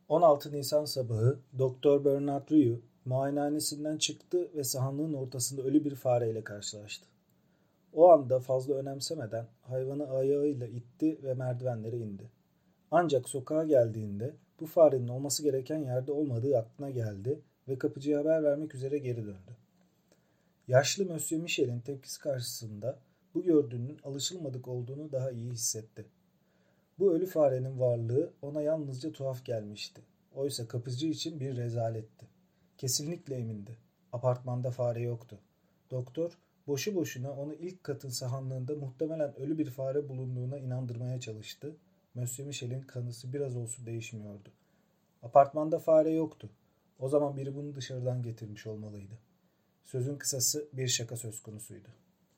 16 Nisan sabahı Doktor Bernard Ryu muayenehanesinden çıktı ve sahanlığın ortasında ölü bir fareyle karşılaştı. O anda fazla önemsemeden hayvanı ayağıyla itti ve merdivenlere indi. Ancak sokağa geldiğinde bu farenin olması gereken yerde olmadığı aklına geldi ve kapıcıya haber vermek üzere geri döndü. Yaşlı Monsieur Michel'in tepkisi karşısında bu gördüğünün alışılmadık olduğunu daha iyi hissetti. Bu ölü farenin varlığı ona yalnızca tuhaf gelmişti. Oysa kapıcı için bir rezaletti. Kesinlikle emindi. Apartmanda fare yoktu. Doktor boşu boşuna onu ilk katın sahanlığında muhtemelen ölü bir fare bulunduğuna inandırmaya çalıştı. Monsieur Michel'in kanısı biraz olsun değişmiyordu. Apartmanda fare yoktu. O zaman biri bunu dışarıdan getirmiş olmalıydı. Sözün kısası bir şaka söz konusuydu.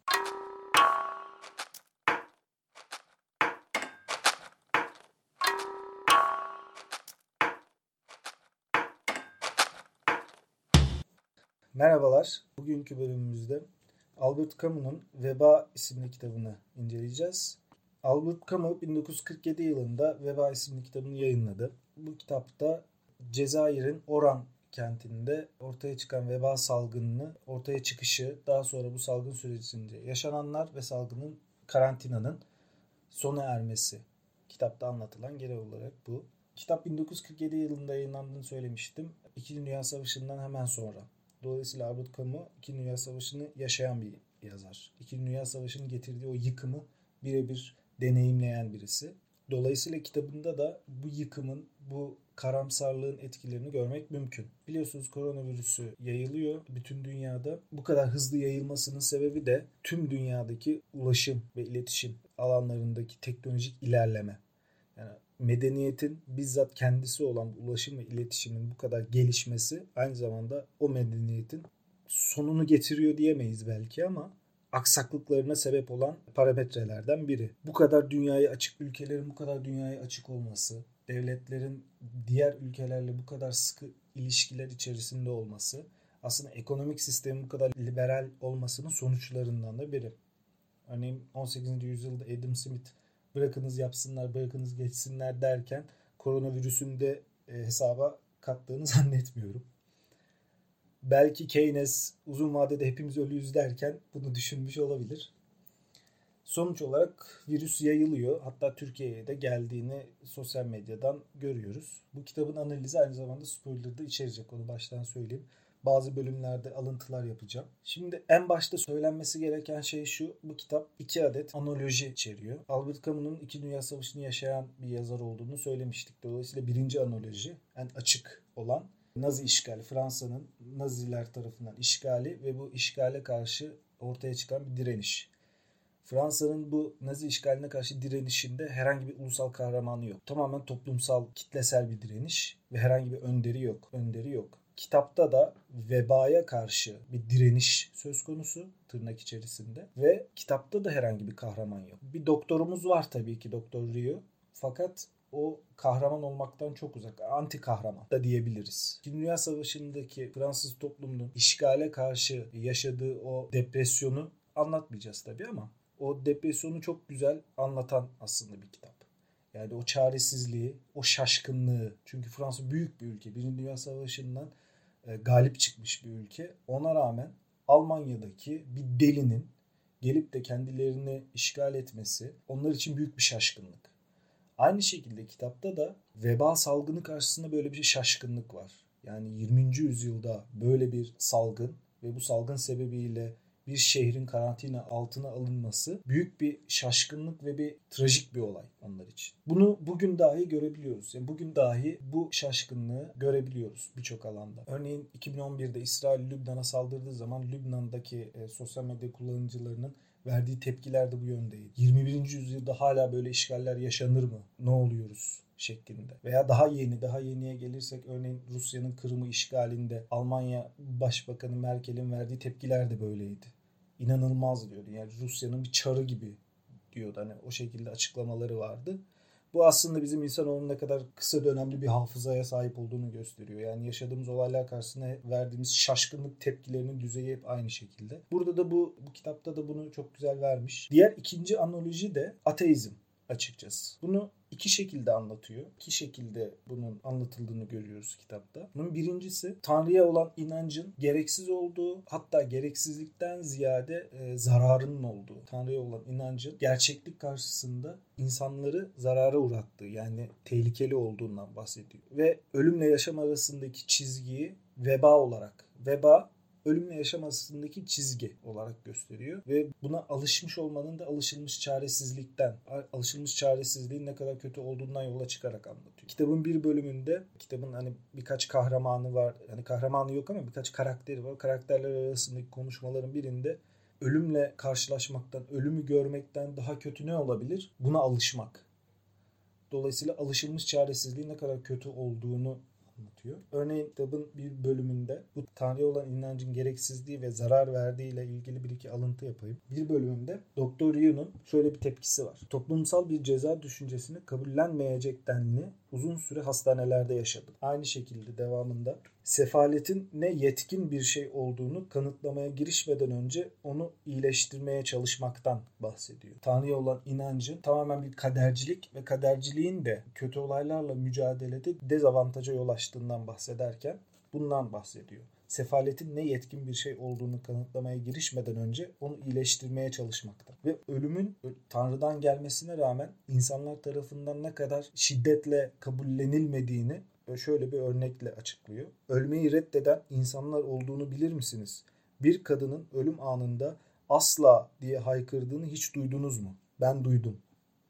Merhabalar. Bugünkü bölümümüzde Albert Camus'un Veba isimli kitabını inceleyeceğiz. Albert Camus 1947 yılında Veba isimli kitabını yayınladı. Bu kitapta Cezayir'in Oran kentinde ortaya çıkan veba salgınını ortaya çıkışı, daha sonra bu salgın sürecince yaşananlar ve salgının karantinanın sona ermesi kitapta anlatılan genel olarak bu. Kitap 1947 yılında yayınlandığını söylemiştim. İkinci Dünya Savaşı'ndan hemen sonra. Dolayısıyla Albert Camus İkinci Dünya Savaşı'nı yaşayan bir yazar. İkinci Dünya Savaşı'nın getirdiği o yıkımı birebir deneyimleyen birisi. Dolayısıyla kitabında da bu yıkımın, bu karamsarlığın etkilerini görmek mümkün. Biliyorsunuz koronavirüsü yayılıyor bütün dünyada. Bu kadar hızlı yayılmasının sebebi de tüm dünyadaki ulaşım ve iletişim alanlarındaki teknolojik ilerleme. Yani medeniyetin bizzat kendisi olan ulaşım ve iletişimin bu kadar gelişmesi aynı zamanda o medeniyetin sonunu getiriyor diyemeyiz belki ama aksaklıklarına sebep olan parametrelerden biri. Bu kadar dünyaya açık ülkelerin bu kadar dünyaya açık olması, devletlerin diğer ülkelerle bu kadar sıkı ilişkiler içerisinde olması aslında ekonomik sistemin bu kadar liberal olmasının sonuçlarından da biri. Örneğin 18. yüzyılda Adam Smith bırakınız yapsınlar, bırakınız geçsinler derken koronavirüsün de hesaba kattığını zannetmiyorum. Belki Keynes uzun vadede hepimiz ölüyüz derken bunu düşünmüş olabilir. Sonuç olarak virüs yayılıyor. Hatta Türkiye'ye de geldiğini sosyal medyadan görüyoruz. Bu kitabın analizi aynı zamanda spoiler da içerecek. Onu baştan söyleyeyim. Bazı bölümlerde alıntılar yapacağım. Şimdi en başta söylenmesi gereken şey şu. Bu kitap 2 adet analoji içeriyor. Albert Camus'un 2 Dünya Savaşı'nı yaşayan bir yazar olduğunu söylemiştik. Dolayısıyla birinci analoji, en açık olan Nazi işgali, Fransa'nın Naziler tarafından işgali ve bu işgale karşı ortaya çıkan bir direniş. Fransa'nın bu Nazi işgaline karşı direnişinde herhangi bir ulusal kahramanı yok. Tamamen toplumsal, kitlesel bir direniş ve herhangi bir önderi yok. Önderi yok. Kitapta da vebaya karşı bir direniş söz konusu tırnak içerisinde ve kitapta da herhangi bir kahraman yok. Bir doktorumuz var tabii ki, Doktor Rio. Fakat o kahraman olmaktan çok uzak. Anti kahraman da diyebiliriz. İkinci Dünya Savaşı'ndaki Fransız toplumunun işgale karşı yaşadığı o depresyonu anlatmayacağız tabii ama o depresyonu çok güzel anlatan aslında bir kitap. Yani o çaresizliği, o şaşkınlığı. Çünkü Fransa büyük bir ülke. Birinci Dünya Savaşı'ndan galip çıkmış bir ülke. Ona rağmen Almanya'daki bir delinin gelip de kendilerini işgal etmesi onlar için büyük bir şaşkınlık. Aynı şekilde kitapta da veba salgını karşısında böyle bir şaşkınlık var. Yani 20. yüzyılda böyle bir salgın ve bu salgın sebebiyle bir şehrin karantina altına alınması büyük bir şaşkınlık ve bir trajik bir olay onlar için. Bunu bugün dahi görebiliyoruz. Yani bugün dahi bu şaşkınlığı görebiliyoruz birçok alanda. Örneğin 2011'de İsrail Lübnan'a saldırdığı zaman Lübnan'daki sosyal medya kullanıcılarının verdiği tepkiler de bu yöndeydi. 21. yüzyılda hala böyle işgaller yaşanır mı? Ne oluyoruz? Şeklinde. Veya daha yeniye gelirsek örneğin Rusya'nın Kırım'ı işgalinde Almanya Başbakanı Merkel'in verdiği tepkiler de böyleydi. İnanılmaz diyordu. Yani Rusya'nın bir çarı gibi diyordu. Hani o şekilde açıklamaları vardı. Bu aslında bizim insanoğlunun ne kadar kısa dönemli bir hafızaya sahip olduğunu gösteriyor. Yani yaşadığımız olaylar karşısında verdiğimiz şaşkınlık tepkilerinin düzeyi hep aynı şekilde. Burada da bu kitapta da bunu çok güzel vermiş. Diğer ikinci analoji de ateizm. açıkçası. Bunu iki şekilde anlatıyor. İki şekilde bunun anlatıldığını görüyoruz kitapta. Bunun birincisi Tanrı'ya olan inancın gereksiz olduğu, hatta gereksizlikten ziyade zararının olduğu. Tanrı'ya olan inancın gerçeklik karşısında insanları zarara uğrattığı, yani tehlikeli olduğundan bahsediyor. Ve ölümle yaşam arasındaki çizgiyi veba olarak, ölümle yaşam arasındaki çizgi olarak gösteriyor ve buna alışmış olmanın da alışılmış çaresizliğin ne kadar kötü olduğundan yola çıkarak anlatıyor. Kitabın bir bölümünde, kitabın hani birkaç kahramanı var, yani kahramanı yok ama birkaç karakteri var. Karakterler arasındaki konuşmaların birinde ölümle karşılaşmaktan, ölümü görmekten daha kötü ne olabilir? Buna alışmak. Dolayısıyla alışılmış çaresizliğin ne kadar kötü olduğunu anlatıyor. Örneğin kitabın bir bölümünde bu Tanrı'ya olan inancın gereksizliği ve zarar verdiği ile ilgili bir iki alıntı yapayım. Bir bölümünde Doktor Ryu'nun şöyle bir tepkisi var. Toplumsal bir ceza düşüncesini kabullenmeyecek denli uzun süre hastanelerde yaşadım. Aynı şekilde devamında sefaletin ne yetkin bir şey olduğunu kanıtlamaya girişmeden önce onu iyileştirmeye çalışmaktan bahsediyor. Tanrı'ya olan inancın tamamen bir kadercilik ve kaderciliğin de kötü olaylarla mücadelede dezavantaja yol açtığından bahsederken bundan bahsediyor. Sefaletin ne yetkin bir şey olduğunu kanıtlamaya girişmeden önce onu iyileştirmeye çalışmakta. Ve ölümün Tanrı'dan gelmesine rağmen insanlar tarafından ne kadar şiddetle kabullenilmediğini şöyle bir örnekle açıklıyor. Ölmeyi reddeden insanlar olduğunu bilir misiniz? Bir kadının ölüm anında asla diye haykırdığını hiç duydunuz mu? Ben duydum.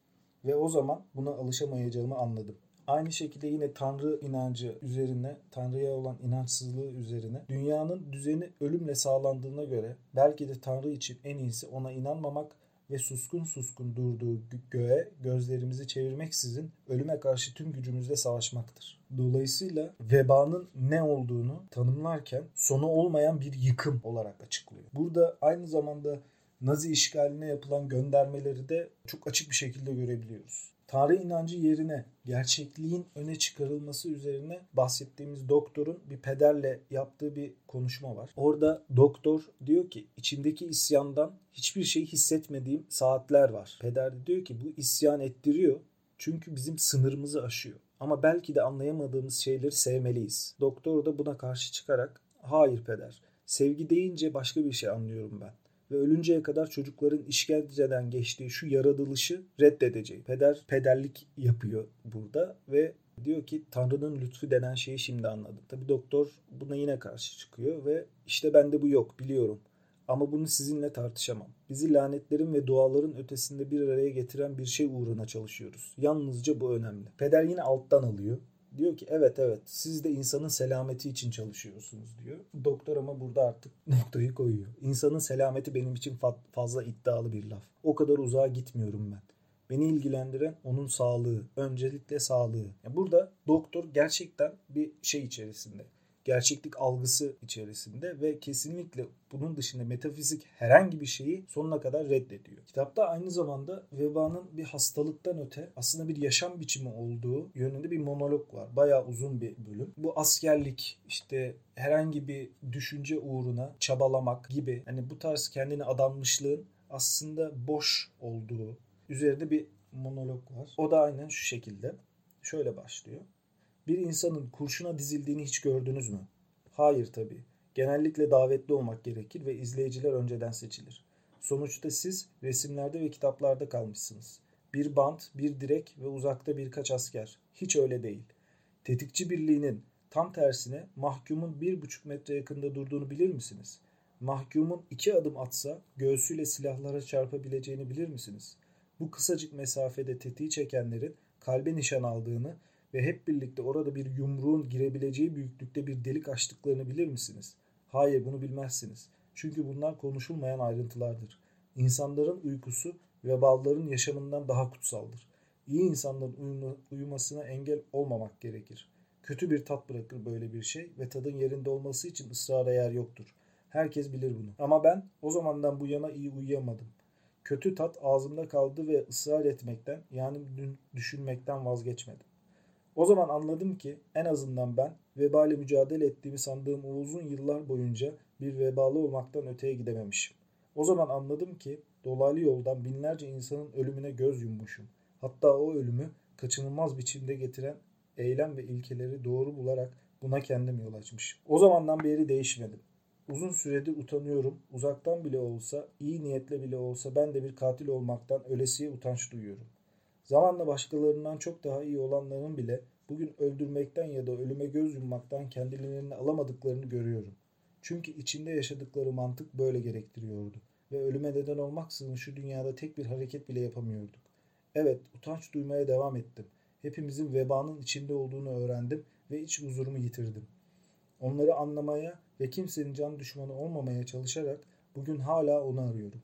Ve o zaman buna alışamayacağımı anladım. Aynı şekilde yine Tanrı inancı üzerine, Tanrı'ya olan inançsızlığı üzerine dünyanın düzeni ölümle sağlandığına göre belki de Tanrı için en iyisi ona inanmamak ve suskun suskun durduğu göğe gözlerimizi çevirmeksizin ölüme karşı tüm gücümüzle savaşmaktır. Dolayısıyla vebanın ne olduğunu tanımlarken sonu olmayan bir yıkım olarak açıklıyor. Burada aynı zamanda Nazi işgaline yapılan göndermeleri de çok açık bir şekilde görebiliyoruz. Tanrı inancı yerine gerçekliğin öne çıkarılması üzerine bahsettiğimiz doktorun bir pederle yaptığı bir konuşma var. Orada doktor diyor ki içimdeki isyandan hiçbir şey hissetmediğim saatler var. Peder de diyor ki bu isyan ettiriyor çünkü bizim sınırımızı aşıyor. Ama belki de anlayamadığımız şeyleri sevmeliyiz. Doktor da buna karşı çıkarak hayır peder, sevgi deyince başka bir şey anlıyorum ben. Ve ölünceye kadar çocukların işkenceden geçtiği şu yaratılışı reddedeceği. Peder pederlik yapıyor burada ve diyor ki Tanrı'nın lütfu denen şeyi şimdi anladım. Tabii doktor buna yine karşı çıkıyor ve işte bende bu yok biliyorum. Ama bunu sizinle tartışamam. Bizi lanetlerin ve duaların ötesinde bir araya getiren bir şey uğruna çalışıyoruz. Yalnızca bu önemli. Peder yine alttan alıyor. Diyor ki evet siz de insanın selameti için çalışıyorsunuz diyor. Doktor ama burada artık noktayı koyuyor. İnsanın selameti benim için fazla iddialı bir laf. O kadar uzağa gitmiyorum ben. Beni ilgilendiren onun sağlığı. Öncelikle sağlığı. Yani burada doktor gerçekten bir şey içerisinde. Gerçeklik algısı içerisinde ve kesinlikle bunun dışında metafizik herhangi bir şeyi sonuna kadar reddediyor. Kitapta aynı zamanda vebanın bir hastalıktan öte aslında bir yaşam biçimi olduğu yönünde bir monolog var. Bayağı uzun bir bölüm. Bu askerlik, işte herhangi bir düşünce uğruna çabalamak gibi hani bu tarz kendine adanmışlığın aslında boş olduğu üzerinde bir monolog var. O da aynen şu şekilde. Şöyle başlıyor. Bir insanın kurşuna dizildiğini hiç gördünüz mü? Hayır tabii. Genellikle davetli olmak gerekir ve izleyiciler önceden seçilir. Sonuçta siz resimlerde ve kitaplarda kalmışsınız. Bir bant, bir direk ve uzakta birkaç asker. Hiç öyle değil. Tetikçi birliğinin tam tersine mahkumun 1,5 metre yakında durduğunu bilir misiniz? Mahkumun 2 adım atsa göğsüyle silahlara çarpabileceğini bilir misiniz? Bu kısacık mesafede tetiği çekenlerin kalbe nişan aldığını ve hep birlikte orada bir yumruğun girebileceği büyüklükte bir delik açtıklarını bilir misiniz? Hayır, bunu bilmezsiniz. Çünkü bunlar konuşulmayan ayrıntılardır. İnsanların uykusu vebalların yaşamından daha kutsaldır. İyi insanların uyumasına engel olmamak gerekir. Kötü bir tat bırakır böyle bir şey ve tadın yerinde olması için ısrara yer yoktur. Herkes bilir bunu. Ama ben o zamandan bu yana iyi uyuyamadım. Kötü tat ağzımda kaldı ve ısrar etmekten, yani düşünmekten vazgeçmedim. O zaman anladım ki en azından ben veba ile mücadele ettiğimi sandığım o uzun yıllar boyunca bir vebalı olmaktan öteye gidememişim. O zaman anladım ki dolaylı yoldan binlerce insanın ölümüne göz yummuşum. Hatta o ölümü kaçınılmaz biçimde getiren eylem ve ilkeleri doğru bularak buna kendim yol açmış. O zamandan beri değişmedim. Uzun süredir utanıyorum. Uzaktan bile olsa, iyi niyetle bile olsa ben de bir katil olmaktan ölesiye utanç duyuyorum. Zamanla başkalarından çok daha iyi olanların bile bugün öldürmekten ya da ölüme göz yummaktan kendilerini alamadıklarını görüyorum. Çünkü içinde yaşadıkları mantık böyle gerektiriyordu. Ve ölüme neden olmaksızın şu dünyada tek bir hareket bile yapamıyorduk. Evet, utanç duymaya devam ettim. Hepimizin vebanın içinde olduğunu öğrendim ve iç huzurumu yitirdim. Onları anlamaya ve kimsenin can düşmanı olmamaya çalışarak bugün hala onu arıyorum.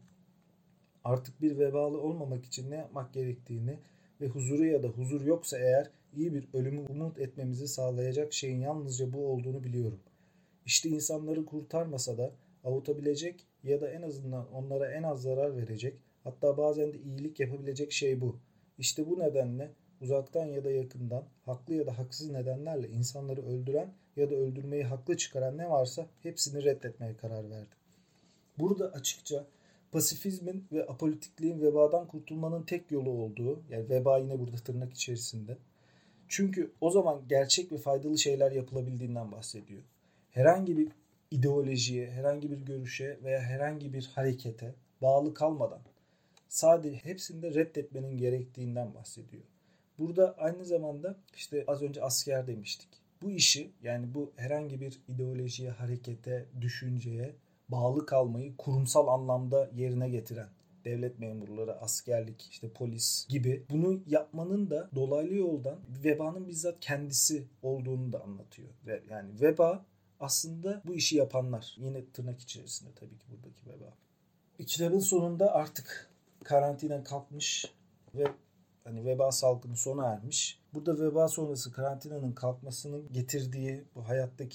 Artık bir vebalı olmamak için ne yapmak gerektiğini ve huzuru ya da huzur yoksa eğer iyi bir ölümü umut etmemizi sağlayacak şeyin yalnızca bu olduğunu biliyorum. İşte insanları kurtarmasa da avutabilecek ya da en azından onlara en az zarar verecek, hatta bazen de iyilik yapabilecek şey bu. İşte bu nedenle uzaktan ya da yakından, haklı ya da haksız nedenlerle insanları öldüren ya da öldürmeyi haklı çıkaran ne varsa hepsini reddetmeye karar verdim. Burada açıkça pasifizmin ve apolitikliğin vebadan kurtulmanın tek yolu olduğu, yani veba yine burada tırnak içerisinde. Çünkü o zaman gerçek ve faydalı şeyler yapılabildiğinden bahsediyor. Herhangi bir ideolojiye, herhangi bir görüşe veya herhangi bir harekete bağlı kalmadan sadece hepsini de reddetmenin gerektiğinden bahsediyor. Burada aynı zamanda işte az önce asker demiştik. Bu işi, yani bu herhangi bir ideolojiye, harekete, düşünceye bağlı kalmayı kurumsal anlamda yerine getiren devlet memurları, askerlik, işte polis gibi bunu yapmanın da dolaylı yoldan vebanın bizzat kendisi olduğunu da anlatıyor. Ve yani veba aslında bu işi yapanlar. Yine tırnak içerisinde tabii ki buradaki veba. Kitabın sonunda artık karantina kalkmış ve hani veba salgını sona ermiş. Burada veba sonrası karantinanın kalkmasının getirdiği bu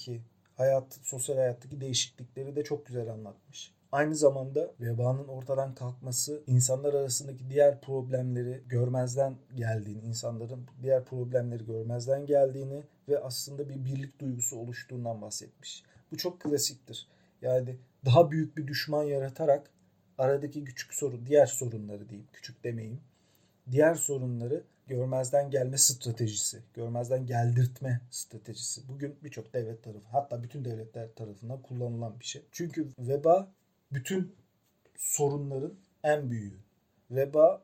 sosyal hayattaki değişiklikleri de çok güzel anlatmış. Aynı zamanda vebanın ortadan kalkması insanlar arasındaki diğer problemleri görmezden geldiğini, insanların diğer problemleri görmezden geldiğini ve aslında bir birlik duygusu oluştuğundan bahsetmiş. Bu çok klasiktir. Yani daha büyük bir düşman yaratarak aradaki diğer sorunları diyeyim, küçük demeyeyim. Diğer sorunları görmezden gelme stratejisi, görmezden geldirtme stratejisi. Bugün birçok devlet tarafı, hatta bütün devletler tarafından kullanılan bir şey. Çünkü veba bütün sorunların en büyüğü. Veba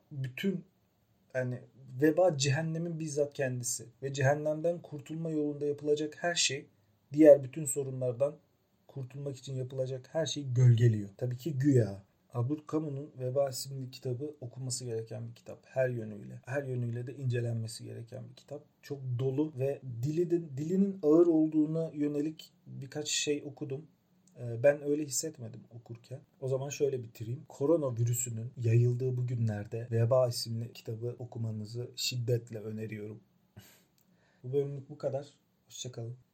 veba cehennemin bizzat kendisi ve cehennemden kurtulma yolunda yapılacak her şey, diğer bütün sorunlardan kurtulmak için yapılacak her şeyi gölgeliyor. Tabii ki güya. Albert Camus'un Veba isimli kitabı okunması gereken bir kitap. Her yönüyle de incelenmesi gereken bir kitap. Çok dolu ve dilinin ağır olduğuna yönelik birkaç şey okudum. Ben öyle hissetmedim okurken. O zaman şöyle bitireyim. Koronavirüsünün yayıldığı bu günlerde Veba isimli kitabı okumanızı şiddetle öneriyorum. Bu bölümlük bu kadar. Hoşça kalın.